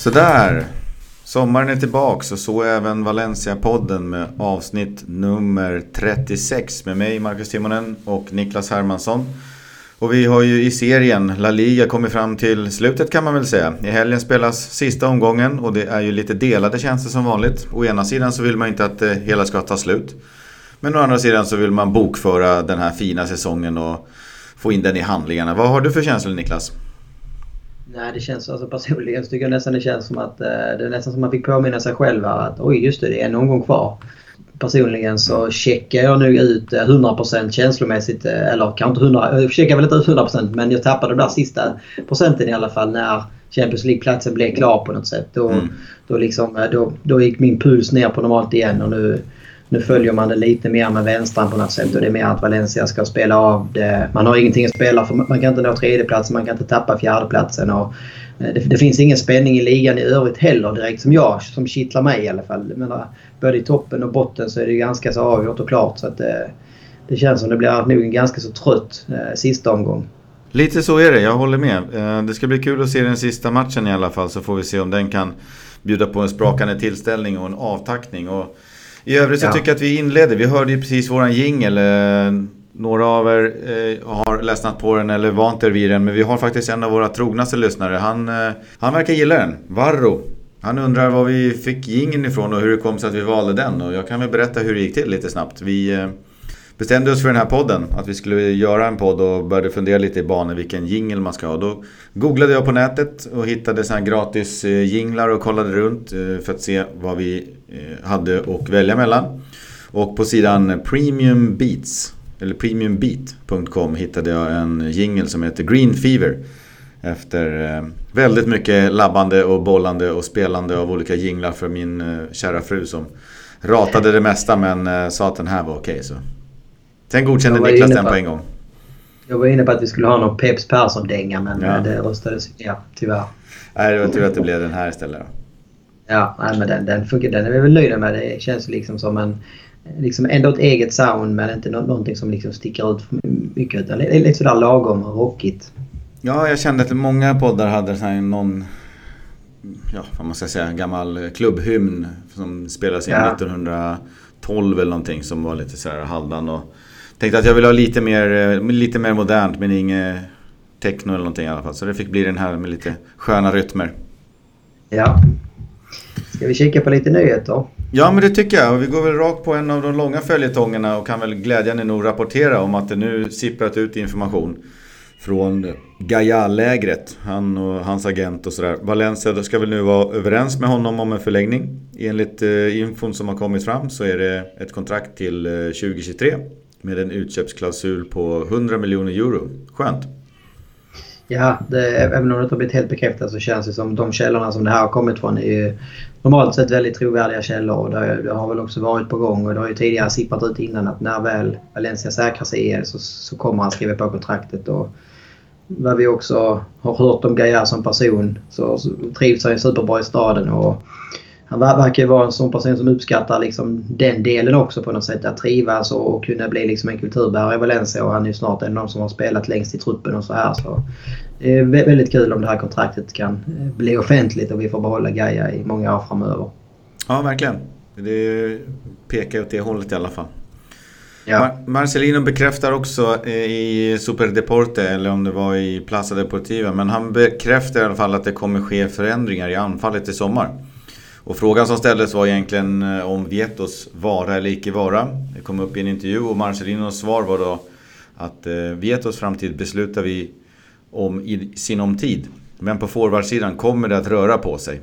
Så där. Sommaren är tillbaks och så även Valencia-podden med avsnitt nummer 36 med mig, Marcus Timonen och Niklas Hermansson. Och vi har ju i serien La Liga kommit fram till slutet, kan man väl säga. I helgen spelas sista omgången och det är ju lite delade tjänster som vanligt. Å ena sidan så vill man inte att det hela ska ta slut. Men å andra sidan så vill man bokföra den här fina säsongen och få in den i handlingarna. Vad har du för känslor, Niklas? Nej, det känns alltså personligen, tycker jag nästan det känns som att det är nästan som man fick påminna sig själva att oj, just det är en omgång kvar. Personligen så checkar jag nu ut 100% känslomässigt, eller kanske inte 100%, jag checkar väl inte ut 100%, men jag tappade den där sista procenten i alla fall när Champions League-platsen blev klar på något sätt. Då gick min puls ner på normalt igen och nu följer man det lite mer med vänstran på något sätt och det är mer att Valencia ska spela av det. Man har ingenting att spela för, man kan inte nå tredjeplatsen, man kan inte tappa fjärdeplatsen och det finns ingen spänning i ligan i övrigt heller direkt som kittlar mig i alla fall. Men både i toppen och botten så är det ganska så avgjort och klart så att det känns som det blir nog en ganska så trött sista omgång. Lite så är det, jag håller med. Det ska bli kul att se den sista matchen i alla fall, så får vi se om den kan bjuda på en sprakande tillställning och en avtackning. Och i övrigt så tycker jag att vi inleder. Vi hörde ju precis våran jingle. Några av er har läsnat på den eller vant er vid den. Men vi har faktiskt en av våra trognaste lyssnare. Han verkar gilla den. Varro. Han undrar var vi fick jingeln ifrån och hur det kom så att vi valde den. Och jag kan väl berätta hur det gick till lite snabbt. Vi bestämde oss för den här podden. Att vi skulle göra en podd och började fundera lite i banan vilken jingle man ska ha. Då googlade jag på nätet och hittade så här gratis jinglar och kollade runt för att se vad vi hade att välja mellan. Och på sidan Premium Beats eller premiumbeat.com hittade jag en jingle som heter Green Fever. Efter väldigt mycket labbande och bollande och spelande av olika jinglar för min kära fru som ratade det mesta men sa att den här var okej. Så sen godkände Niklas den på en gång. Jag var inne på att vi skulle ha någon Peps Persson-dänga men det röstades tyvärr. Nej, det var tur att det blev den här istället då. Ja, men den funkar, den är vi väl nöjda med. Det känns liksom som ändå ett eget sound men inte någonting som liksom sticker ut för mycket utan det är lite sådär lagom och rockigt. Ja, jag kände att många poddar hade så här någon, vad man ska säga, gammal klubbhymn som spelades in 1912 eller någonting som var lite så här halvdan och tänkte att jag ville ha lite mer modernt men inget techno eller någonting i alla fall. Så det fick bli den här med lite sköna rytmer. Ja. Ska vi kika på lite nyheter? Ja, men det tycker jag. Vi går väl rakt på en av de långa följetongerna och kan väl glädjande nog rapportera om att det nu sipprat ut information från Gaia-lägret. Han och hans agent och sådär. Valencia ska väl nu vara överens med honom om en förlängning. Enligt infon som har kommit fram så är det ett kontrakt till 2023 med en utköpsklausul på 100 miljoner euro. Skönt. Ja, även om det inte har blivit helt bekräftat så känns det som de källorna som det här har kommit från är ju normalt sett väldigt trovärdiga källor och det har väl också varit på gång och det har ju tidigare sipprat ut innan att när väl Valencia säkrar sig så kommer han skriva på kontraktet och vad vi också har hört om Gaia som person så trivs han superbra i staden och han verkar vara en sån person som uppskattar liksom den delen också på något sätt att trivas och kunna bli liksom en kulturbärare i Valencia och han är ju snart en av de som har spelat längst i truppen och så här så det är väldigt kul om det här kontraktet kan bli offentligt och vi får behålla Gaia i många år framöver. Ja, verkligen. Det pekar åt det hållet i alla fall. Ja. Marcelino bekräftar också i Superdeporte eller om det var i Plaza Deportiva men han bekräftar i alla fall att det kommer ske förändringar i anfallet i sommar. Och frågan som ställdes var egentligen om Vietos vara eller icke vara. Det kom upp i en intervju och Marcelinos svar var då att Vietos framtid beslutar vi om i sinom tid. Men på forwardsidan kommer det att röra på sig.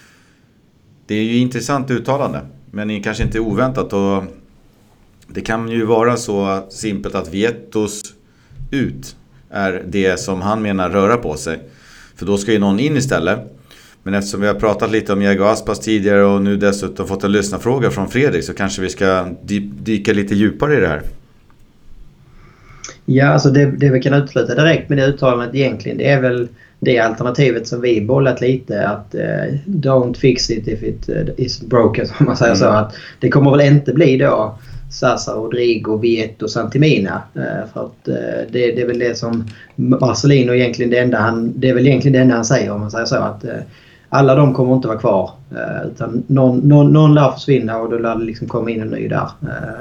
Det är ju intressant uttalande men kanske inte oväntat och det kan ju vara så simpelt att Vietos ut är det som han menar röra på sig. För då ska ju någon in istället. Men eftersom vi har pratat lite om Diego Aspas tidigare och nu dessutom fått en lyssnarfråga från Fredrik så kanske vi ska dyka lite djupare i det här. Ja, alltså det vi kan utluta direkt med det uttalandet egentligen det är väl det alternativet som vi bollat lite att don't fix it if it is broken som man säger så att det kommer väl inte bli då Sasa, Rodrigo, Vieto och Santimina för att det är väl det som Marcelino egentligen det är väl egentligen det enda han säger om man säger så alla de kommer inte vara kvar. Utan någon lär försvinna och då lär det liksom komma in en ny där.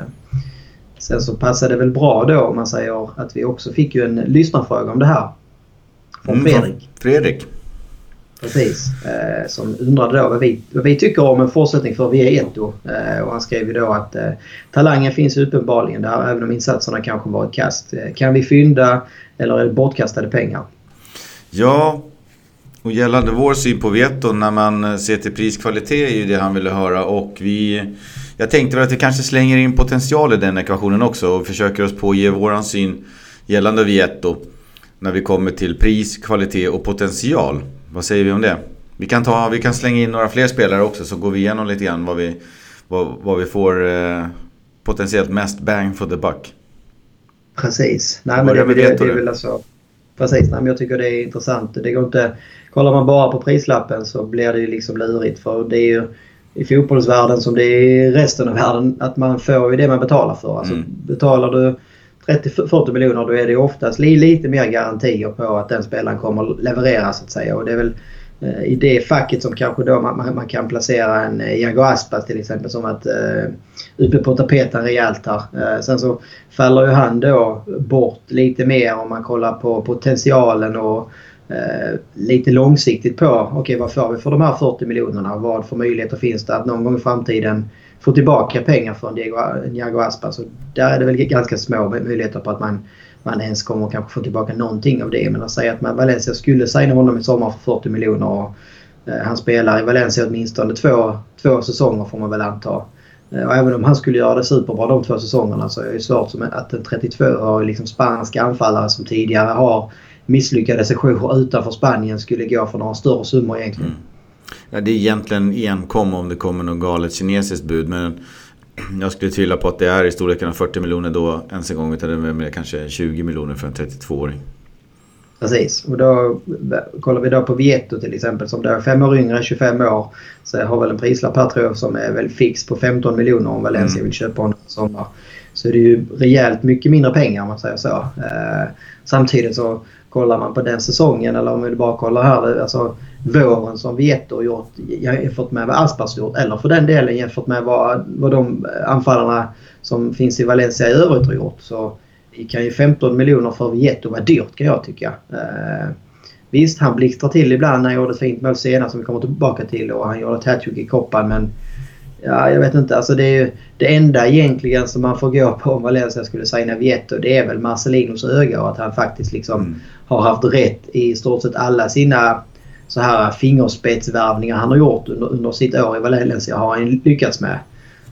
Sen så passade det väl bra då om man säger att vi också fick ju en lyssnarfråga om det här. Från Fredrik. Fredrik. Precis. Som undrade då vad vi tycker om en fortsättning för Vieto. Och han skrev ju då att talangen finns uppenbarligen där även om insatserna kanske varit kast. Kan vi fynda eller är det bortkastade pengar? Ja, och gällande vår syn på Vieto när man ser till priskvalitet är ju det han ville höra. Och jag tänkte väl att vi kanske slänger in potential i den ekvationen också och försöker oss på att ge våran syn gällande Vieto när vi kommer till pris, kvalitet och potential. Vad säger vi om det? Vi kan slänga in några fler spelare också så går vi igenom lite grann vad vi får potentiellt mest bang for the buck. Precis. Nej, men det är väl alltså... Precis, nej, men jag tycker det är intressant. Det går inte... Kollar man bara på prislappen så blir det ju liksom lurigt. För det är ju i fotbollsvärlden som det är i resten av världen att man får ju det man betalar för. Alltså betalar du 30-40 miljoner då är det oftast lite mer garantier på att den spelaren kommer leverera så att säga. Och det är väl i det facket som kanske då man kan placera en Iago Aspas till exempel som att uppe på tapeten rejält här. Sen så faller ju han då bort lite mer om man kollar på potentialen och lite långsiktigt på vad får vi för de här 40 miljonerna och vad för möjligheter finns det att någon gång i framtiden få tillbaka pengar från Iago Aspas. Så där är det väl ganska små möjligheter på att man ens kommer kanske få tillbaka någonting av det. Men att säga att Valencia skulle signa honom i sommar för 40 miljoner och han spelar i Valencia åtminstone två säsonger får man väl anta. Och även om han skulle göra det superbra de 2 säsongerna så är det svårt som att en 32-årig liksom spanska anfallare som tidigare har misslyckade sessioner utanför Spanien skulle gå för några större summor egentligen. Ja, det är egentligen enkom om det kommer något galet kinesiskt bud, men jag skulle tvivla på att det är i storleken av 40 miljoner då ens en gång, utan det är med kanske 20 miljoner för en 32-åring. Precis, och då kollar vi då på Vieto till exempel som då är 5 år yngre, 25 år, så jag har väl en prislapp här tror jag som är väl fix på 15 miljoner om Valencia vill köpa honom i sommar. Så det är ju rejält mycket mindre pengar om man säger så. Samtidigt så kollar man på den säsongen eller om vi bara kollar här, alltså våren som Vieto har gjort jämfört med vad Aspas gjort eller för den delen jämfört med vad de anfallarna som finns i Valencia i övrigt har gjort, så kan ju 15 miljoner för Vieto vara dyrt kan jag tycka. Visst, han blixtrar till ibland när han gjorde ett fint mål senare som vi kommer tillbaka till och han gjorde ett hattrick i koppan, men ja, jag vet inte. Alltså det är ju det enda egentligen som man får gå på om Valencia skulle signa Vieto. Det är väl Marcelinos öga och att han faktiskt liksom har haft rätt i stort sett alla sina så här fingerspetsvärvningar han har gjort under sitt år i Valencia har han lyckats med.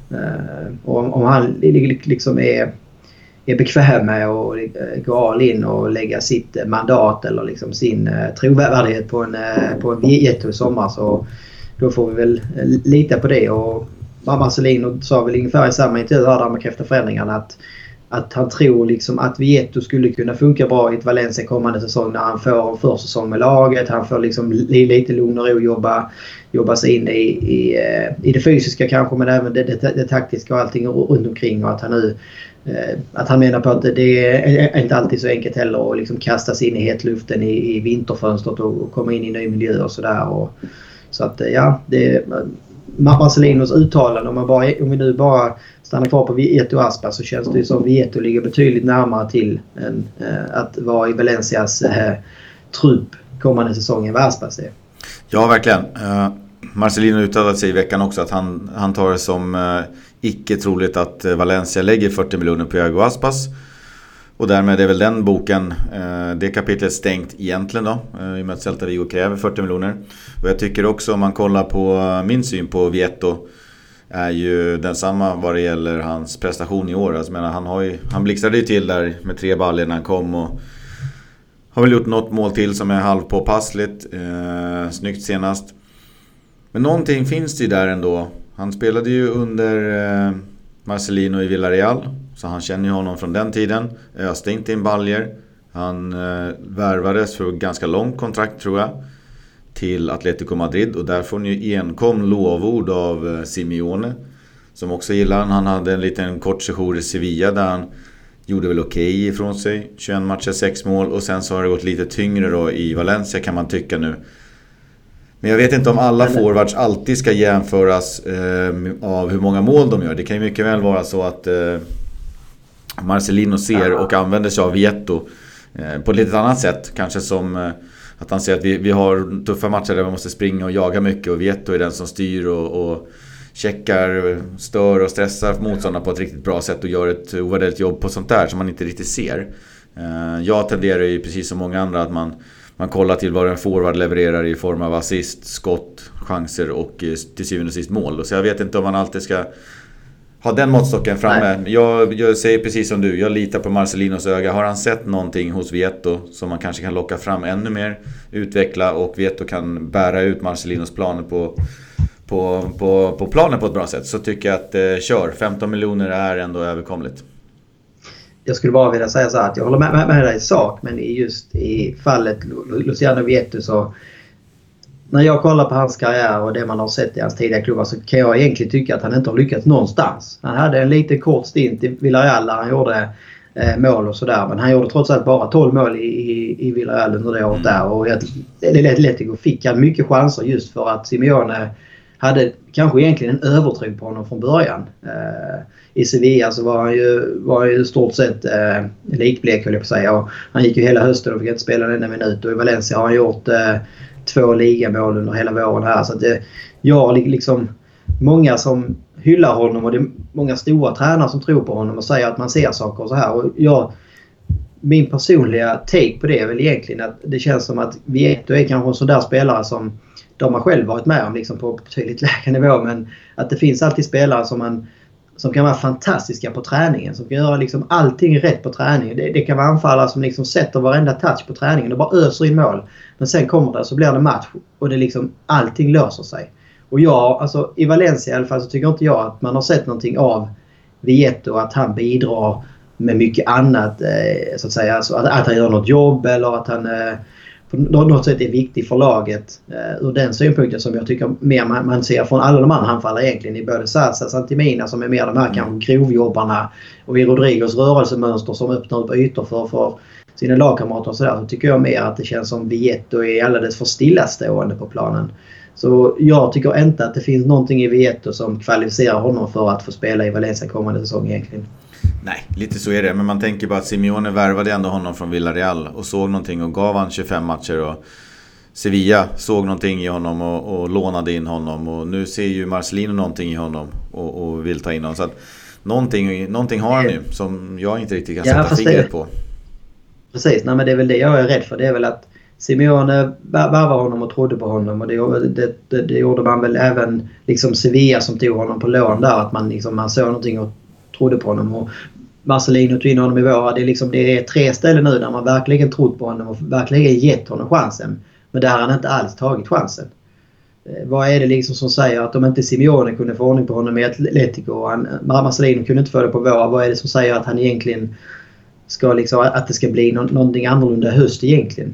Och om han liksom är bekväm med att gå all in och lägga sitt mandat eller liksom sin trovärdighet på en Vieto i sommar, så då får vi väl lita på det. Och Marcelino sa väl ungefär i samma intervju där man kräftar förändringarna att han tror liksom att Vieto skulle kunna funka bra i ett Valencia kommande säsong när han får en försäsong med laget. Han får liksom lite lugn och ro jobba sig in i det fysiska kanske, men även det taktiska och allting runt omkring, och att han menar på att det är inte alltid så enkelt heller att liksom kasta sig in i hetluften i vinterfönstret och komma in i ny miljö och sådär. Så att ja, det är Marcelinos uttalande, om vi nu bara stannar kvar på Vieto Aspas, så känns det ju som Vieto ligger betydligt närmare till att vara i Valencias trupp kommande säsongen vad Aspas är. Ja, verkligen. Marcelino uttalade sig i veckan också att han tar det som icke troligt att Valencia lägger 40 miljoner på Iago Aspas. Och därmed är väl den boken, det kapitlet stängt egentligen då, i och med att Celta Vigo kräver 40 miljoner. Och jag tycker också, om man kollar på min syn på Vieto, är ju densamma vad det gäller hans prestation i år. Alltså, han blixtrade ju till där med 3 baller när han kom och har väl gjort något mål till som är halvpåpassligt, snyggt senast. Men någonting finns det ju där ändå. Han spelade ju under Marcelino i Villarreal, så han känner ju honom från den tiden. Öste inte in baljer. Han värvades för ganska långt kontrakt tror jag till Atletico Madrid, och där får ni ju enkom lovord av Simeone som också gillar han. Han hade en liten kort sejour i Sevilla där han gjorde väl okej ifrån sig. 21 matcher, 6 mål, och sen så har det gått lite tyngre då i Valencia kan man tycka nu. Men jag vet inte om alla forwards alltid ska jämföras av hur många mål de gör. Det kan ju mycket väl vara så att Marcelino ser och använder sig av Vietto på ett lite annat sätt. Kanske som att han säger att vi har tuffa matcher där man måste springa och jaga mycket. Och Vietto är den som styr och checkar, stör och stressar motståndarna på ett riktigt bra sätt. Och gör ett ovärderligt jobb på sånt där som man inte riktigt ser. Jag tenderar ju precis som många andra att man kollar till vad en forward levererar i form av assist, skott, chanser och till syvende och sist mål. Så jag vet inte om man alltid ska ha den måttstocken framme. Jag säger precis som du, jag litar på Marcelinos öga. Har han sett någonting hos Vietto som man kanske kan locka fram ännu mer, utveckla, och Vietto kan bära ut Marcelinos planer på planen på ett bra sätt, så tycker jag att kör. 15 miljoner är ändå överkomligt. Jag skulle bara vilja säga så här att jag håller med dig i sak, men just i fallet Luciano Vietto, så när jag kollar på hans karriär och det man har sett i hans tidiga klubbar, så kan jag egentligen tycka att han inte har lyckats någonstans. Han hade en lite kort stint i Villarreal där han gjorde mål och sådär, men han gjorde trots allt bara 12 mål i Villarreal under det året där, och Atletico fick han mycket chanser just för att Simeone hade kanske egentligen en övertro på honom från början. I Sevilla så var han ju stort sett likblek, höll jag på att säga. Och han gick ju hela hösten och fick inte spela en enda minut. Och i Valencia har han gjort 2 ligamål under hela våren här. Så att jag liksom många som hyllar honom, och det är många stora tränare som tror på honom och säger att man ser saker och så här. Och min personliga take på det är väl egentligen att det känns som att Vietto är kanske en sån där spelare som de har själv varit med om liksom på betydligt lägre nivå, men att det finns alltid spelare som kan vara fantastiska på träningen, som kan göra liksom allting rätt på träningen. Det kan vara anfallare som liksom sätter varenda touch på träningen och bara öser in mål. Men sen kommer det, så blir det match och det liksom allting löser sig. Och alltså i Valencia i alla fall, så tycker inte jag att man har sett någonting av Vietto, att han bidrar med mycket annat, så att säga. Alltså att han gör något jobb, eller att han på något sätt är viktig för laget. Ur den synpunkten som jag tycker mer man ser från alla de andra anfallare egentligen, i både Sasa, Santimina som är mer de här kanske grovjobbarna, och i Rodrigos rörelsemönster som öppnar upp ytor för sina lagkamrater och sådär, så tycker jag mer att det känns som Vietto är alldeles för stillastående på planen. Så jag tycker inte att det finns någonting i Vietto som kvalificerar honom för att få spela i Valencia kommande säsong egentligen. Nej, lite så är det. Men man tänker bara att Simeone värvade ändå honom från Villarreal och såg någonting och gav han 25 matcher, och Sevilla såg någonting i honom och lånade in honom, och nu ser ju Marcelino någonting i honom och vill ta in honom. Så att någonting har han ju som jag inte riktigt kan sätta fingret på. Precis, nej, men det är väl det jag är rädd för. Det är väl att Simeone värvade honom och trodde på honom, och det gjorde man väl även liksom Sevilla som tog honom på lån där, att man såg någonting och trodde på honom. Och Marcelino tog in honom i våra. Det är 3 ställen nu där man verkligen trott på honom och verkligen gett honom chansen. Men där har han inte alls tagit chansen. Vad är det liksom som säger att om inte Simeone kunde få ordning på honom i Atletico, och Marcelino kunde inte få det på våra, vad är det som säger att han egentligen ska liksom, att det ska bli någonting annorlunda höst egentligen?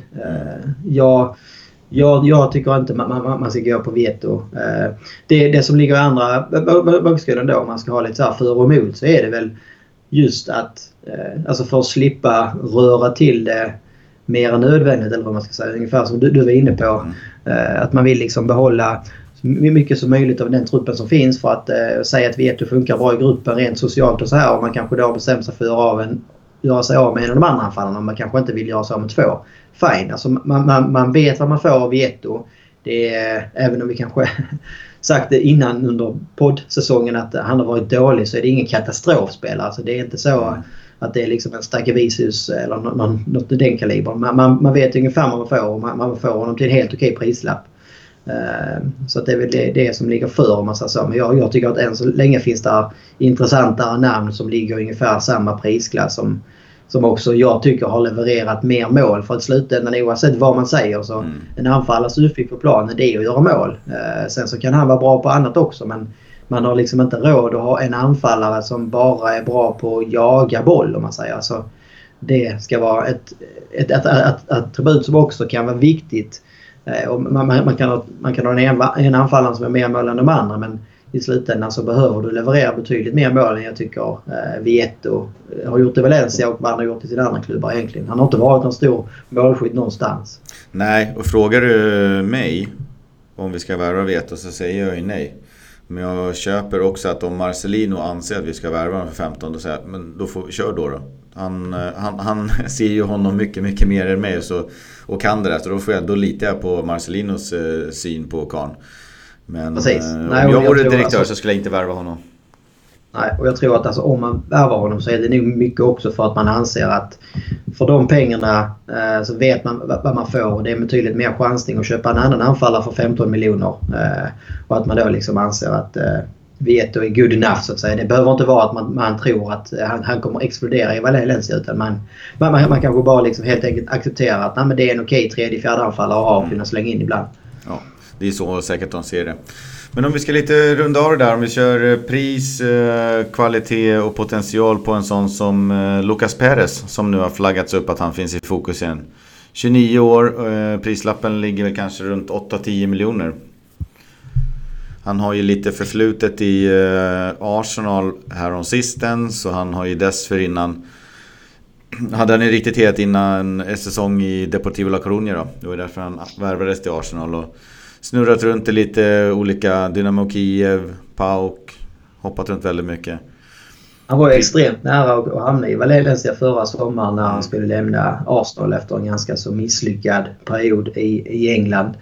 Jag tycker inte man ska gå på Vietto. Det som ligger i andra vågskålen då, om man ska ha lite så här för och emot, så är det väl just att alltså för att slippa röra till det mer än nödvändigt, eller vad man ska säga, ungefär som du var inne på, att man vill liksom behålla så mycket som möjligt av den truppen som finns, för att säga att Vietto funkar bra i gruppen rent socialt och så här, och man kanske då bestämmer sig för att göra sig av med en av de andra anfallarna, man kanske inte vill göra sig av med 2. Fine, alltså man vet vad man får av Vietto. Det är, även om vi kanske sagt det innan under poddsäsongen att han har varit dålig, så är det ingen katastrofspelare. Alltså det är inte så att det är liksom en Stakevicius eller något i den kalibern. Man vet ungefär vad man får, och man får honom till en helt okej prislapp. Så att det är väl det som ligger för, om man säger så. Men jag tycker att än så länge finns det intressantare namn som ligger ungefär samma prisklass som också jag tycker har levererat mer mål, för att slutändan oavsett vad man säger, så en anfallares uppgift på planen, det är att göra mål. Sen så kan han vara bra på annat också, men man har liksom inte råd att ha en anfallare som bara är bra på att jaga boll, om man säger. Så det ska vara ett attribut som också kan vara viktigt. Och man kan ha en anfallare som är mer mål än de andra, men i slutändan så behöver du leverera betydligt mer mål än jag tycker Vietto har gjort i Valencia och vad han har gjort i sina andra klubbar egentligen. Han har inte varit någon stor målskytt någonstans. Nej, och frågar du mig om vi ska värva Vieto, så säger jag ju nej. Men jag köper också att om Marcelino anser att vi ska värva honom för 15, då säger jag, men då får vi köra då. Han ser ju honom mycket, mycket mer än mig och kan det där. Så då litar jag på Marcelinos syn på Karn. Men om jag vore direktör så skulle jag inte värva honom. Nej, och jag tror att alltså, om man värvar honom så är det nog mycket också för att man anser att för de pengarna så vet man vad man får. Och det är betydligt mer chansning att köpa en annan anfallare för 15 miljoner. Och att man då liksom anser att Vieto är good enough, så att säga. Det behöver inte vara att man tror att han kommer explodera i Valencia, utan man kanske bara liksom helt enkelt accepterar att men det är en okej tredje, fjärde anfallare att ha och kunna slänga in ibland. Ja, det är så säkert de ser det. Men om vi ska lite runda av det där, om vi kör pris, kvalitet och potential på en sån som Lucas Perez, som nu har flaggats upp att han finns i fokus igen. 29 år, prislappen ligger väl kanske runt 8-10 miljoner. Han har ju lite förflutet i Arsenal här sistens, så han har ju dessförinnan hade han en riktigt het innan en säsong i Deportivo La Coruña då. Det var därför han värvades till Arsenal och snurrat runt i lite olika Dynamo Kiev, PAOK, hoppat runt väldigt mycket. Han var ju extremt nära att hamna i Valencia förra sommaren när han skulle lämna Arsenal efter en ganska så misslyckad period i England.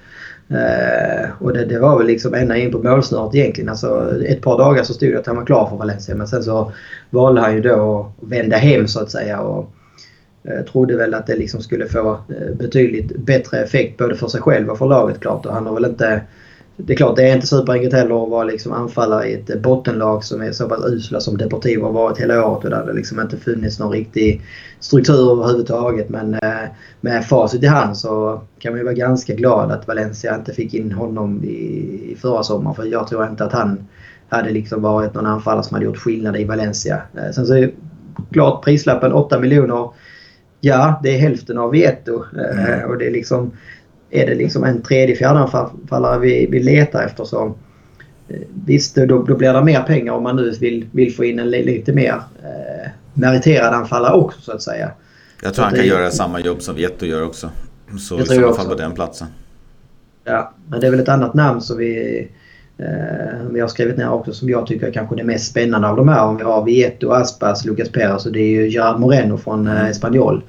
Och det var väl liksom ända in på målsnöret egentligen. Alltså ett par dagar så stod det att han var klar för Valencia, men sen så valde han ju då att vända hem, så att säga, och trodde väl att det liksom skulle få betydligt bättre effekt både för sig själv och för laget, klart. Och han har väl inte, det är klart, det är inte superenkelt heller att vara liksom anfallare i ett bottenlag som är så pass usla som Deportivo har varit hela året, och där det liksom inte funnits någon riktig struktur överhuvudtaget. Men med facit i hand så kan man ju vara ganska glad att Valencia inte fick in honom i förra sommaren, för jag tror inte att han hade liksom varit någon anfallare som hade gjort skillnad i Valencia. Sen så är klart prislappen 8 miljoner. Ja, det är hälften av Vieto. Och det är liksom, är det liksom en tredje, fjärde anfallare vi letar efter, så visst, då blir det mer pengar om man nu vill få in en lite mer meriterad anfallare också, så att säga. Jag tror han kan göra samma jobb som Vieto gör också. Så i så fall på den platsen. Ja, men det är väl ett annat namn som vi har skrivit ner också, som jag tycker är kanske det mest spännande av de här. Om vi har Vieto, Aspas, Lucas Perez, och det är ju Gerard Moreno från Espanyol,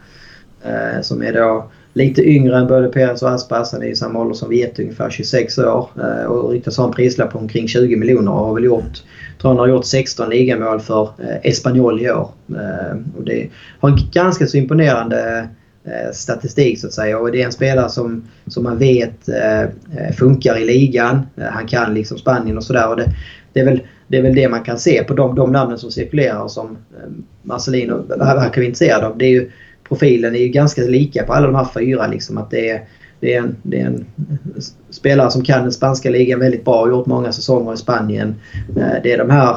som är då lite yngre än både Perez och Aspas. Han är i samma ålder som Vieto, ungefär 26 år, och riktigt har en prislapp på omkring 20 miljoner och har väl gjort, tror han har gjort 16 ligamål för Espanyol i år. Och det har en ganska så imponerande statistik, så att säga, och det är en spelare som man vet funkar i ligan. Han kan liksom Spanien och sådär, och det är väl det man kan se på de namnen som cirkulerar, som Marcelino verkar vi intresserad av. Det är ju, profilen är ju ganska lika på alla de här fyra, liksom, att det är en spelare som kan den spanska ligan väldigt bra och gjort många säsonger i Spanien. Det är de här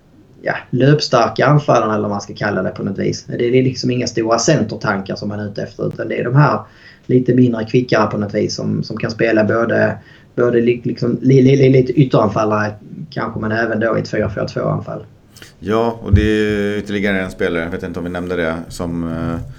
löpstarka anfallarna, eller vad man ska kalla det på något vis. Det är liksom inga stora centertankar som man är ute efter, utan det är de här lite mindre kvickare på något vis som kan spela både liksom, lite ytteranfallare kanske, men även då i ett 4-4-2 anfall. Ja, och det är ytterligare en spelare, jag vet inte om vi nämnde det, som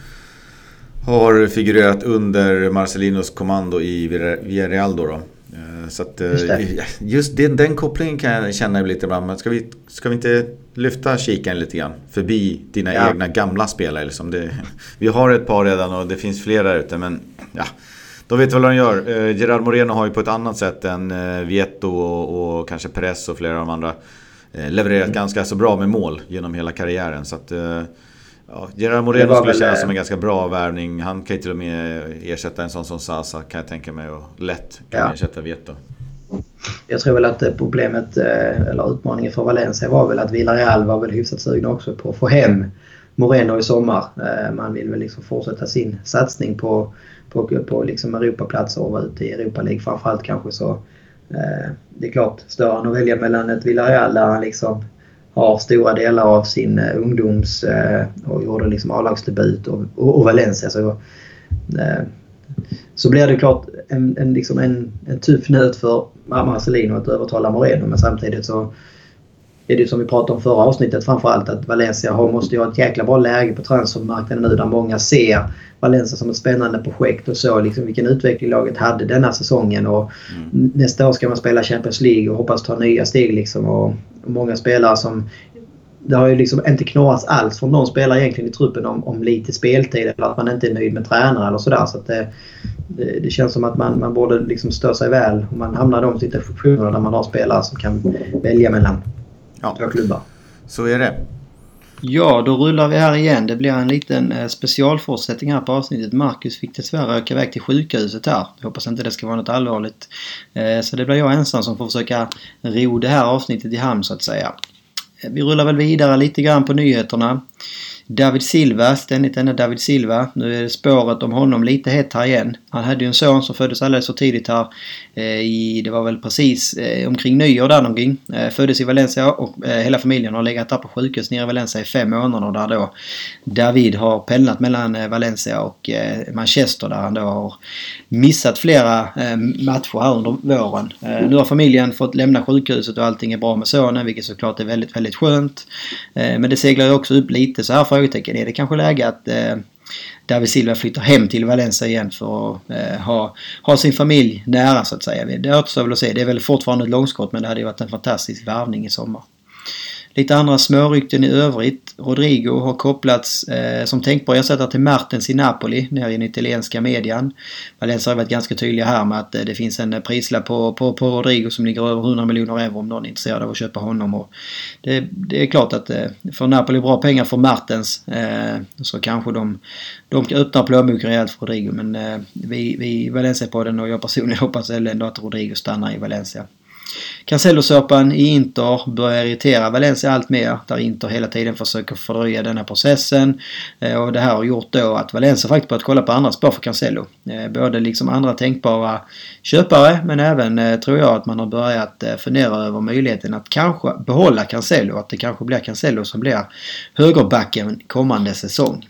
har figurerat under Marcelinos kommando i Villarreal då. Så att just den kopplingen kan jag känna lite ibland. Men ska vi inte lyfta kikaren lite grann förbi dina egna gamla spelare liksom? Vi har ett par redan och det finns flera ute, men ja, de vet vad de gör. Gerard Moreno har ju på ett annat sätt än Vieto och kanske Perez och flera av de andra levererat ganska så bra med mål genom hela karriären. Så att Gerard Moreno skulle kännas som en ganska bra värvning. Han kan ju till och med ersätta en sån som Sasa, kan jag tänka mig, och lätt kan ersätta Vieto. Jag tror väl att problemet eller utmaningen för Valencia var väl att Villarreal var väl hyfsat sugna också på att få hem Moreno i sommar. Man vill väl liksom fortsätta sin satsning på liksom Europaplatser och vara ute i Europa League framförallt kanske, så det är klart större än att välja mellan ett Villarreal där han liksom har stora delar av sin ungdoms och gjorde liksom A-lagsdebut och Valencia, så blir det klart en tuff nöt för Marcelino att övertala Moreno, men samtidigt så är det som vi pratade om förra avsnittet framförallt, att Valencia måste ju ha ett jäkla bra läge på transfermarknaden nu där många ser Valencia som ett spännande projekt och så liksom vilken utveckling laget hade denna säsongen, och nästa år ska man spela Champions League och hoppas ta nya steg liksom, och många spelare som det har ju liksom inte knorrats alls från någon spelare egentligen i truppen om lite speltid eller att man inte är nöjd med tränare eller sådär, så att det känns som att man borde liksom stå sig väl om man hamnar i de situationerna där man har spelare som kan välja mellan två klubbar. Så är det. Ja, då rullar vi här igen. Det blir en liten specialfortsättning här på avsnittet. Marcus fick dessvärre öka iväg till sjukhuset här. Jag hoppas inte det ska vara något allvarligt. Så det blir jag ensam som får försöka ro det här avsnittet i hamn så att säga. Vi rullar väl vidare lite grann på nyheterna. David Silva, ständigt denna David Silva. Nu är det spåret om honom lite hett här igen. Han hade ju en son som föddes alldeles så tidigt här. Det var väl precis omkring nyår där någonting. Föddes i Valencia och hela familjen har legat där på sjukhus nere i Valencia i 5 månader. Där då David har pendlat mellan Valencia och Manchester där han då har missat flera matcher här under våren. Nu har familjen fått lämna sjukhuset och allting är bra med sonen, vilket såklart är väldigt, väldigt skönt. Men det seglar ju också upp lite så här frågetecken. Är det kanske läge att David Silva flyttar hem till Valencia igen för att ha sin familj nära så att säga. Det återstår väl att se. Det är väl fortfarande ett långskott, men det hade ju varit en fantastisk värvning i sommar. Lite andra smårykten i övrigt. Rodrigo har kopplats som tänkbar ersättare till Mertens i Napoli nere i den italienska median. Valencia har varit ganska tydliga här med att det finns en prislapp på Rodrigo som ligger över 100 miljoner euro om någon är intresserad av att köpa honom. Och det är klart att för Napoli bra pengar för Mertens så kanske de öppnar plånboken rejält för Rodrigo. Men vi i Valencia-podden och jag personligen hoppas ändå att Rodrigo stannar i Valencia. Cancelo-såpan i Inter börjar irritera Valencia allt mer, där Inter hela tiden försöker fördröja denna processen, och det här har gjort då att Valencia faktiskt börjat kolla på andra spår för Cancelo, både liksom andra tänkbara köpare, men även tror jag att man har börjat fundera över möjligheten att kanske behålla Cancelo, att det kanske blir Cancelo som blir högerbacken kommande säsong.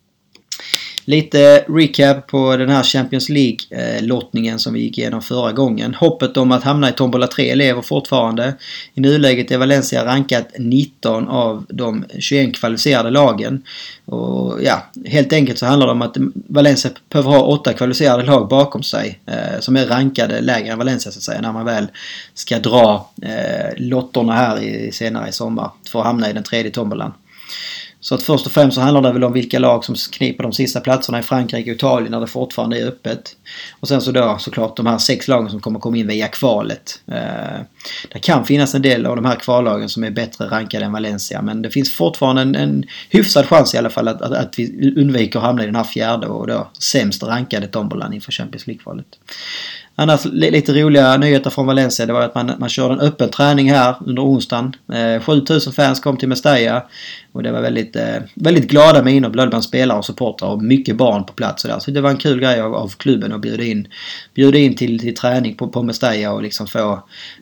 Lite recap på den här Champions League-lottningen som vi gick igenom förra gången. Hoppet om att hamna i Tombola 3 lever fortfarande. I nuläget är Valencia rankat 19 av de 21 kvalificerade lagen. Och ja, helt enkelt så handlar det om att Valencia behöver ha 8 kvalificerade lag bakom sig som är rankade lägre än Valencia så att säga, när man väl ska dra lottorna här senare i sommar för att hamna i den tredje tombolan. Så att först och främst så handlar det väl om vilka lag som kniper de sista platserna i Frankrike och Italien när det fortfarande är öppet. Och sen så då såklart de här 6 lagen som kommer komma in via kvalet. Det kan finnas en del av de här kvallagen som är bättre rankade än Valencia. Men det finns fortfarande en hyfsad chans i alla fall att vi undviker att hamna i den här fjärde och då sämst rankade tombolan inför Champions League-kvalet. Annars lite roliga nyheter från Valencia, det var att man körde en öppen träning här under onsdagen. 7000 fans kom till Mestalla och det var väldigt glada miner bland spelare och supportrar och mycket barn på plats och där. Så det var en kul grej av klubben att bjuda in till träning på Mestalla och liksom få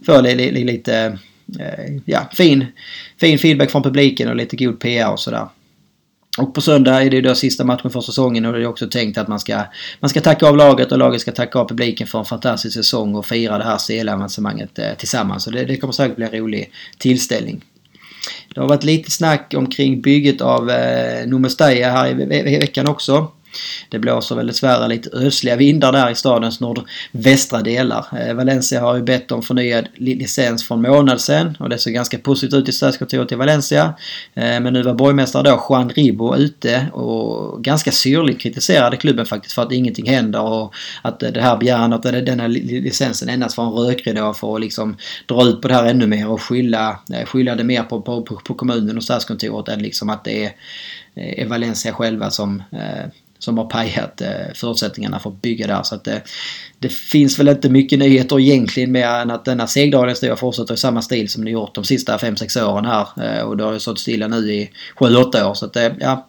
lite fin feedback från publiken och lite god PR och sådär. Och på söndag är det då sista matchen för säsongen och det är också tänkt att man ska tacka av laget och laget ska tacka av publiken för en fantastisk säsong och fira det här CL-avancemanget tillsammans. Så det kommer säkert bli en rolig tillställning. Det har varit lite snack omkring bygget av Mestalla här i veckan också. Det blåser väl dessvärre lite ödsliga vindar där i stadens nordvästra delar. Valencia har ju bett om förnyad licens för en månad sedan och det ser ganska positivt ut i stadskontoret i Valencia. Men nu var borgmästare då Juan Ribo ute och ganska syrligt kritiserade klubben faktiskt för att ingenting händer och att det här begäran att denna licensen endast var en rökridå för att liksom dra ut på det här ännu mer och skylla det mer på kommunen och stadskontoret än liksom att det är Valencia själva som har pajat förutsättningarna för att bygga där. Så att det finns väl inte mycket nyheter egentligen med än att denna segdalens stora fortsätter i samma stil som det gjort de sista 5-6 åren här. Och det har ju stått stilla nu i 7-8 år. Så att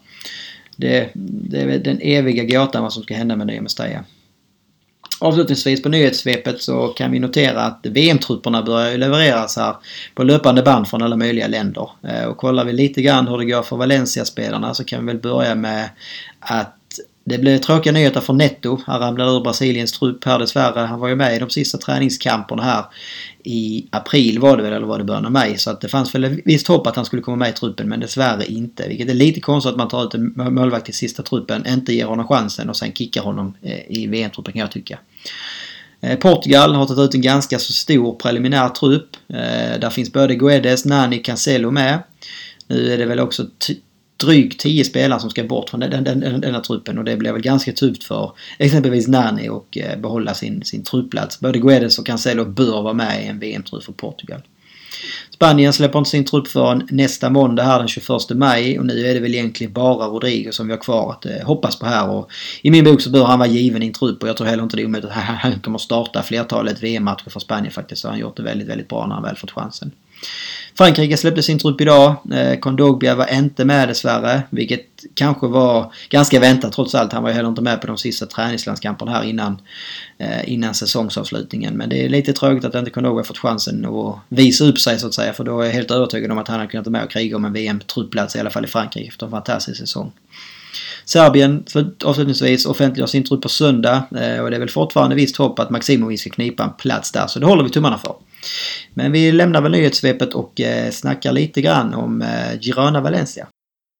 det är den eviga gåtan vad som ska hända med nya Mestalla. Avslutningsvis på nyhetssvepet så kan vi notera att VM-trupperna börjar levereras här på löpande band från alla möjliga länder. Och kollar vi lite grann hur det går för Valencia-spelarna så kan vi väl börja med att Det blev tråkiga nyheter för Neto. Han ramlade ur Brasiliens trupp här dessvärre. Han var ju med i de sista träningskamperna här i april var det väl, eller var det början av maj. Så att det fanns väl ett visst hopp att han skulle komma med i truppen, men dessvärre inte. Vilket är lite konstigt att man tar ut en målvakt i sista truppen, inte ger honom chansen och sen kickar honom i VM-truppen kan jag tycka. Portugal har tagit ut en ganska så stor preliminär trupp. Där finns både Guedes, Nani, Cancelo med. Nu är det väl också drygt 10 spelare som ska bort från den här truppen och det blir väl ganska tufft för exempelvis Nani och behålla sin truppplats. Både Guedes och Cancelo bör vara med i en VM-trupp för Portugal. Spanien släpper inte sin trupp för nästa måndag här den 21 maj och nu är det väl egentligen bara Rodrigo som vi har kvar att hoppas på här och i min bok så bör han vara given i en trupp och jag tror heller inte det är omöjligt att han kommer starta flertalet VM-matcher för Spanien faktiskt så han har gjort det väldigt, väldigt bra när han väl fått chansen. Frankrike släppte sin trupp idag. Kondogbia var inte med dessvärre, vilket kanske var ganska väntat trots allt. Han var ju heller inte med på de sista träningslandskamperna här innan säsongsavslutningen. Men det är lite tråkigt att inte Kondogbia fått chansen att visa upp sig så att säga. För då är jag helt övertygad om att han har kunnat vara med och kriga om en VM-truppplats i alla fall i Frankrike efter en fantastisk säsong. Serbien avslutningsvis offentliggör sin trupp på söndag och det är väl fortfarande visst hopp att Maximovic ska knipa en plats där så det håller vi tummarna för. Men vi lämnar väl nyhetssvepet och snackar lite grann om Girona Valencia.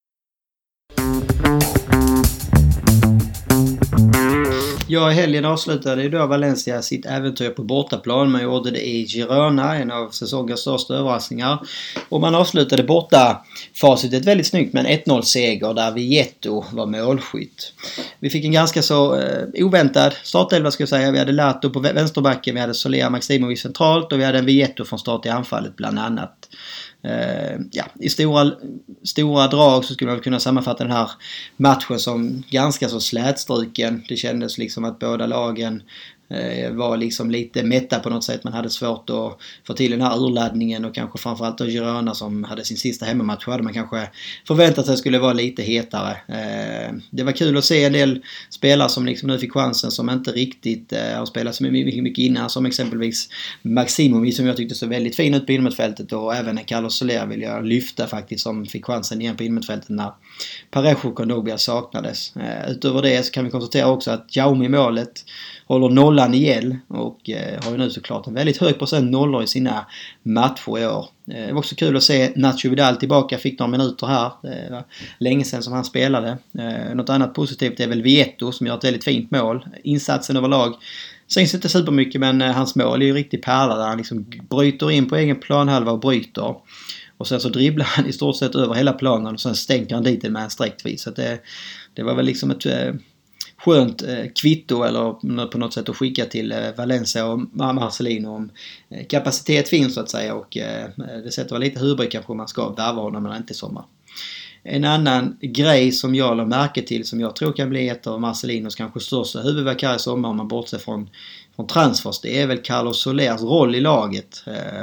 Ja, i helgen avslutade idag Valencia sitt äventyr på bortaplan. Man gjorde det i Girona, en av säsongens största överraskningar. Och man avslutade borta facitet väldigt snyggt med en 1-0-seger där Vietto var målskytt. Vi fick en ganska så oväntad startelva ska jag säga. Vi hade Lato på vänsterbacken, vi hade Soler Maximovic centralt och vi hade en Vietto från start i anfallet bland annat. I stora drag så skulle man kunna sammanfatta den här matchen som ganska så slätstruken. Det kändes liksom att båda lagen var liksom lite mätta på något sätt. Man hade svårt att få till den här urladdningen och kanske framförallt Girona som hade sin sista hemmamatch hade man kanske förväntat sig skulle vara lite hetare. Det var kul att se en del spelare som liksom nu fick chansen som inte riktigt har spelat så mycket innan, som exempelvis Maximovic som jag tyckte så väldigt fin ut på innermittfältet och även Carlos Soler vill jag lyfta faktiskt som fick chansen igen på innermittfältet när Parejo och Kondogbia saknades. Utöver det så kan vi konstatera också att Jaume i målet håller nollan ihjäl och har ju nu såklart en väldigt hög procent nollor i sina matcher i år. Det var också kul att se Nacho Vidal tillbaka, fick några minuter här. Det var länge sedan som han spelade. Något annat positivt är väl Vietto som gör ett väldigt fint mål. Insatsen överlag syns inte supermycket men hans mål är ju riktigt pärla där han liksom bryter in på egen planhalva och bryter. Och sen så dribblar han i stort sett över hela planen och sen stänker han dit med en sträcktvis. Så det var väl liksom ett skönt kvitto eller på något sätt att skicka till Valencia och Marcelino om kapacitet finns så att säga och det sätter väl lite huvud kanske om man ska värva honom men inte i sommar. En annan grej som jag la märke till som jag tror kan bli ett av Marcelinos kanske största huvudvärk här i sommar om man bortser från transfers, det är väl Carlos Solers roll i laget.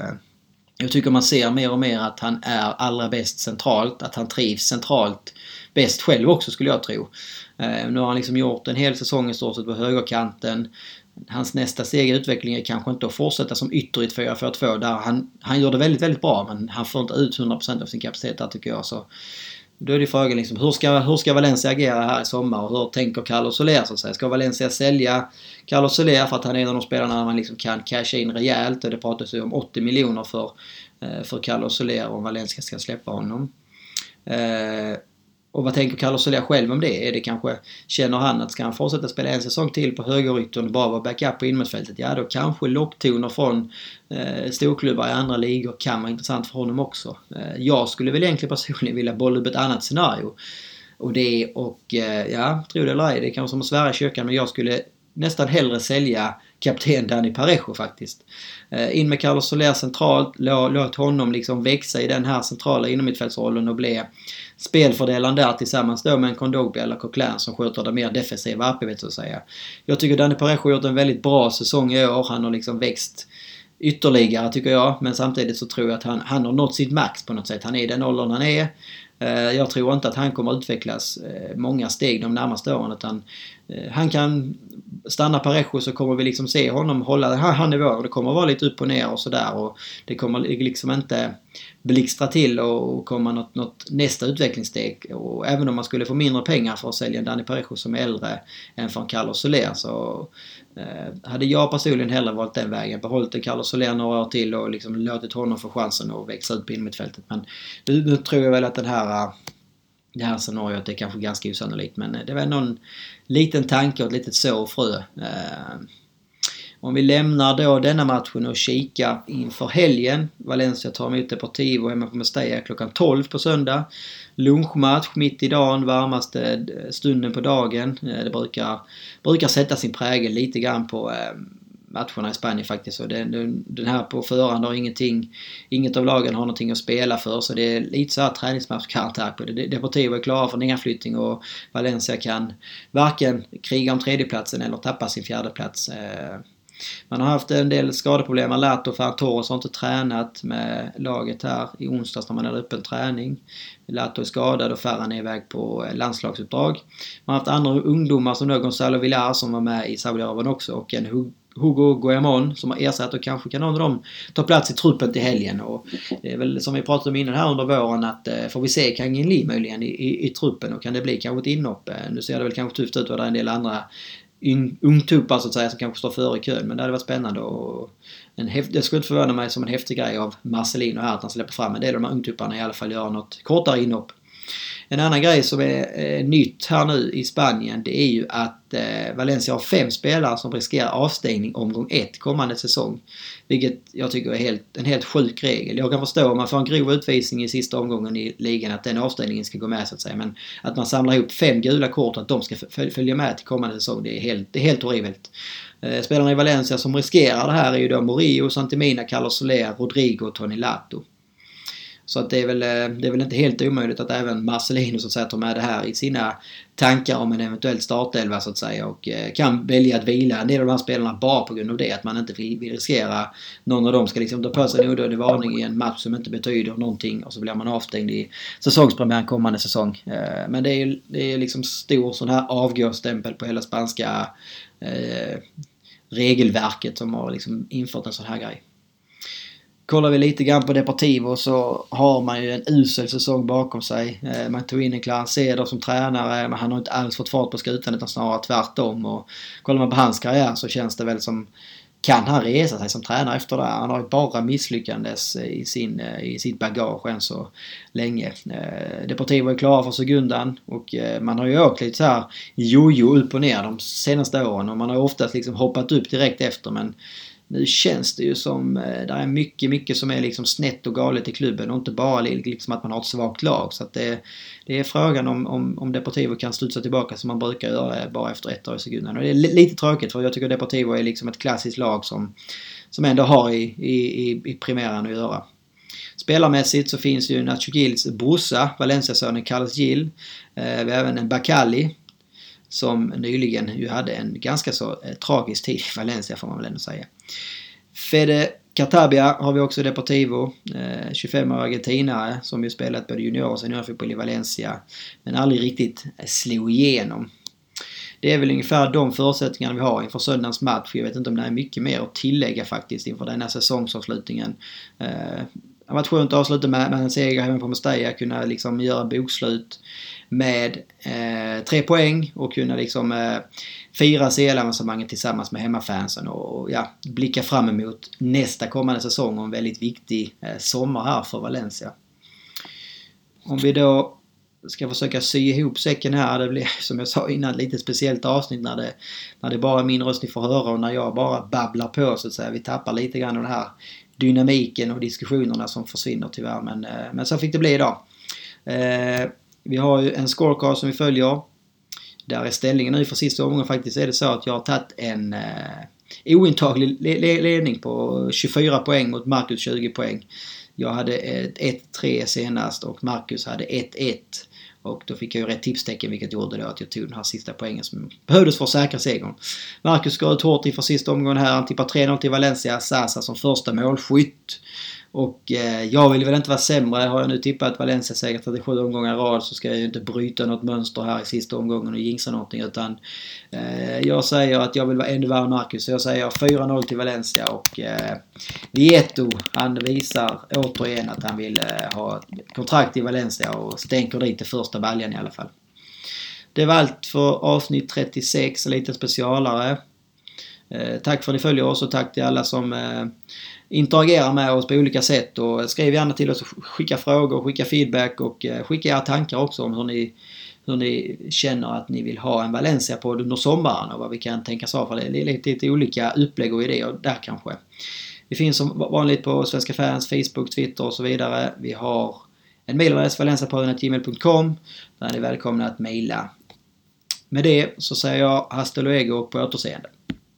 Jag tycker man ser mer och mer att han är allra bäst centralt, att han trivs centralt bäst själv också skulle jag tro. Nu har han liksom gjort en hel säsong i stort sett på högerkanten. Hans nästa steg i utvecklingen är kanske inte att fortsätta som ytterligt 4-4-2 där han gör det väldigt, väldigt bra men han får inte ut 100% av sin kapacitet där tycker jag. Så då är det frågan liksom, hur ska Valencia agera här i sommar och hur tänker Carlos Soler så att säga? Ska Valencia sälja Carlos Soler för att han är en av de spelarna man liksom kan casha in rejält och det pratas ju om 80 miljoner för Carlos Soler om Valencia ska släppa honom. Och vad tänker Carlos Soler själv om det? Är det kanske, känner han att ska han fortsätta spela en säsong till på högerytten och bara vara backup på innermittfältet? Ja, då kanske locktoner från storklubbar i andra ligor kan vara intressant för honom också. Jag skulle väl egentligen personligen vilja bolla upp ett annat scenario. Och det tro det eller ej, det är kanske som att svära i kyrkan, men jag skulle nästan hellre sälja kapten Dani Parejo faktiskt. In med Carlos Soler centralt, låt honom liksom växa i den här centrala innermittfältsrollen och bli spelfördelaren där tillsammans då med en Kondogbia eller Coquelin som sköter det mer defensiva arbetet så att säga. Jag tycker Dani Parejo har gjort en väldigt bra säsong i år. Han har liksom växt ytterligare tycker jag, men samtidigt så tror jag att han har nått sitt max på något sätt. Han är i den åldern han är. Jag tror inte att han kommer utvecklas många steg de närmaste åren utan han kan stanna Parejo så kommer vi liksom se honom hålla den här nivån och det kommer vara lite upp och ner och sådär och det kommer liksom inte blixtra till och komma något nästa utvecklingssteg. Och även om man skulle få mindre pengar för att sälja en Dani Parejo som är äldre än för en Carlos Soler, så hade jag personligen hellre valt den vägen. Behållit en Carlos Soler några år till och liksom låtit honom få chansen att växa ut på innermittfältet. Men nu tror jag väl att det här scenariot är kanske ganska osannolikt. Men det var någon liten tanke och ett litet såfrö. Om vi lämnar då denna matchen och kikar inför helgen. Valencia tar emot Deportivo hemma på Mestalla klockan 12 på söndag. Lunchmatch mitt i dagen, varmaste stunden på dagen. Det brukar sätta sin prägel lite grann på matcherna i Spanien faktiskt. Och den här på förhand har inget av lagen har någonting att spela för. Så det är lite så här träningsmatchkaraktär på det. Deportivo är klara för en nedflyttning och Valencia kan varken kriga om tredjeplatsen eller tappa sin fjärdeplats. Man har haft en del skadeproblem. Lato och Ferran Torres har inte tränat med laget här i onsdags när man hade öppen träning. Lato är skadad och Ferran är iväg på landslagsuppdrag. Man har haft andra ungdomar som då Gonzalo Villar som var med i Saudiarabien också och en Hugo Guillamón som har ersatt och kanske kan någon av dem ta plats i truppen till helgen. Och det är väl som vi pratade om innan här under våren att får vi se Kang In Lee möjligen i truppen och kan det bli kanske ett inhopp. Nu ser det väl kanske tufft ut och det är en del andra ungtuppar så att säga som kanske står före i kön, men det hade varit spännande och det skulle inte förvåna mig som en häftig grej av Marcelino här att han släpper fram en del av de här ungtupparna i alla fall göra något kortare inhopp. En annan grej som är nytt här nu i Spanien, det är ju att Valencia har 5 spelare som riskerar avstängning omgång 1 kommande säsong. Vilket jag tycker är en helt sjuk regel. Jag kan förstå om man får en grov utvisning i sista omgången i ligan att den avstängningen ska gå med så att säga. Men att man samlar ihop 5 gula kort och att de ska följa med till kommande säsong, det är helt horribelt. Spelarna i Valencia som riskerar det här är ju då Murillo, Santimina, Carlos Soler, Rodrigo och Toni Lato. Så att det är väl inte helt omöjligt att även Marcelino så att säga tar med det här i sina tankar om en eventuell startelva så att säga och kan välja att vila en del av de här spelarna bara på grund av det, att man inte vill riskera någon av dem ska liksom ta på sig en odödlig varning i en match som inte betyder någonting och så blir man avstängd i säsongspremiären kommande säsong. Men det är liksom stor sån här avgångsstämpel på hela spanska regelverket som har liksom infört en sån här grej. Kollar vi lite grann på Deportivo så har man ju en usel säsong bakom sig. Man tog in en Clarence Seedorf som tränare, men han har inte alls fått fart på skutan utan snarare tvärtom. Och kollar man på hans karriär så känns det väl som, kan han resa sig som tränare efter det? Han har ju bara misslyckandes i sitt bagage än så länge. Deportivo är klara för segundan och man har ju åkt lite så här jojo upp och ner de senaste åren och man har oftast liksom hoppat upp direkt efter, men nu känns det ju som det är mycket som är liksom snett och galet i klubben och inte bara liksom att man har ett svagt lag. Så att det är frågan om Deportivo kan studsa tillbaka som man brukar göra bara efter 1 år i sekunden. Och det är lite tråkigt för jag tycker Deportivo är liksom ett klassiskt lag som ändå har i primären att göra. Spelarmässigt så finns ju Nacho Gils brorsa, Valencia-sonen Carlos Gil. Vi har även en Bacalli som nyligen ju hade en ganska så tragisk tid i Valencia får man väl ändå säga. Fede Cartabia har vi också i Deportivo, 25-årig argentinare som ju spelat både junior och seniorfotboll i Valencia men aldrig riktigt slog igenom. Det är väl ungefär de förutsättningarna vi har inför söndagens match. Jag vet inte om det är mycket mer att tillägga faktiskt inför den här säsongsavslutningen. Det har varit skönt att avsluta med en seger hemma på Mestalla, kunna liksom göra bokslut med 3 poäng och kunna liksom fira CL-avancemanget tillsammans med hemmafansen och blicka fram emot nästa kommande säsong och en väldigt viktig sommar här för Valencia. Om vi då ska försöka sy ihop säcken här, det blir som jag sa innan lite speciellt avsnitt när det bara är min röst ni får höra och när jag bara babblar på så att säga. Vi tappar lite grann av den här dynamiken och diskussionerna som försvinner tyvärr, men så fick det bli idag. Vi har ju en scorecard som vi följer. Där är ställningen nu för sista omgången faktiskt är det så att jag har tagit en ointaglig ledning på 24 poäng mot Marcus 20 poäng. Jag hade 1-3 senast och Marcus hade 1-1. Och då fick jag ju rätt tipstecken vilket gjorde då att jag tog den här sista poängen som behövdes för att säkra segern. Marcus går ut hårt inför sista omgången här. Han tippar 3-0 till Valencia. Sasa som första målskytt. Och jag vill väl inte vara sämre. Har jag nu tippat Valencia säkert 37 omgångar i rad, så ska jag ju inte bryta något mönster här i sista omgången och jinxa någonting. Utan jag säger att jag vill vara ännu värre Marcus. Så jag säger 4-0 till Valencia. Och Vieto, han visar återigen att han vill ha kontrakt i Valencia och stänker dit det första baljan i alla fall. Det var allt för avsnitt 36, lite specialare. Tack för att ni följer oss och tack till alla som interagerar med oss på olika sätt. Och skriv gärna till oss, skicka frågor, skicka feedback och skicka era tankar också om hur ni känner att ni vill ha en Valencia-podd under sommaren och vad vi kan tänkas av. För det är lite olika upplägg och idéer där kanske. Vi finns som vanligt på Svenska Fans, Facebook, Twitter och så vidare. Vi har en mailadress, valenciapodden@gmail.com, där ni är välkomna att mejla. Med det så säger jag hasta luego på återseende.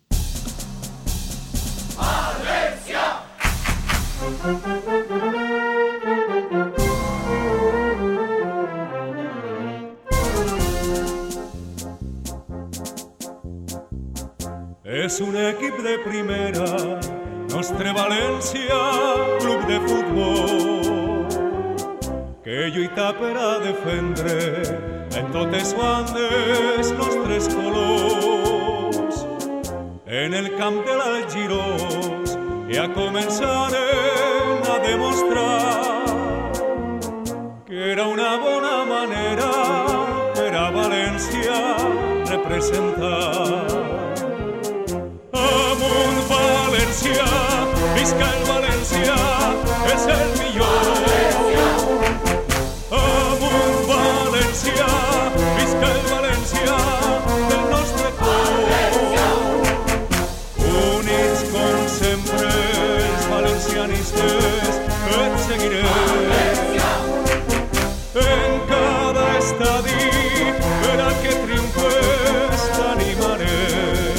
Es un equipo de primera, Nostre Valencia, club de fútbol, que lluita per a defendre en totes bandes nostres colors. En el camp de l'Algirós ja començarem a demostrar que era una bona manera per a València representar. Amunt València, visca el València, és el millor. Amunt València, visca el València del nostre cor. Units com sempre els valencianistes et seguirem en cada estadi per a que triomfes t'animarem.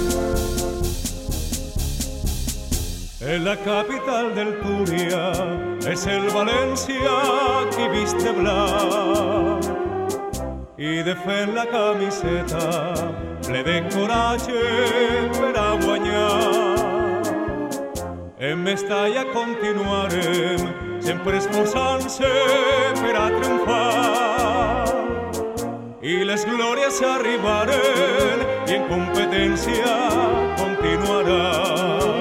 En la capital del Túria és el València qui vist de blanc i defèn la camiseta ple de coratge per a guanyar. En Mestalla continuarem sempre esforçant-se per a triomfar i les glòries arribaren i en competència continuarà.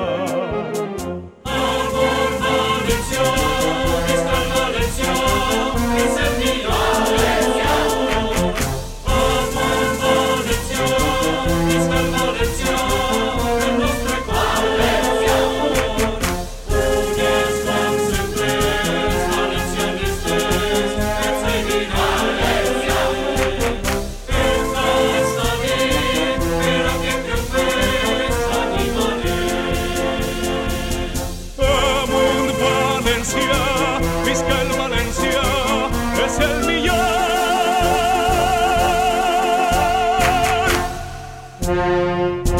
Visca el València, és el millor.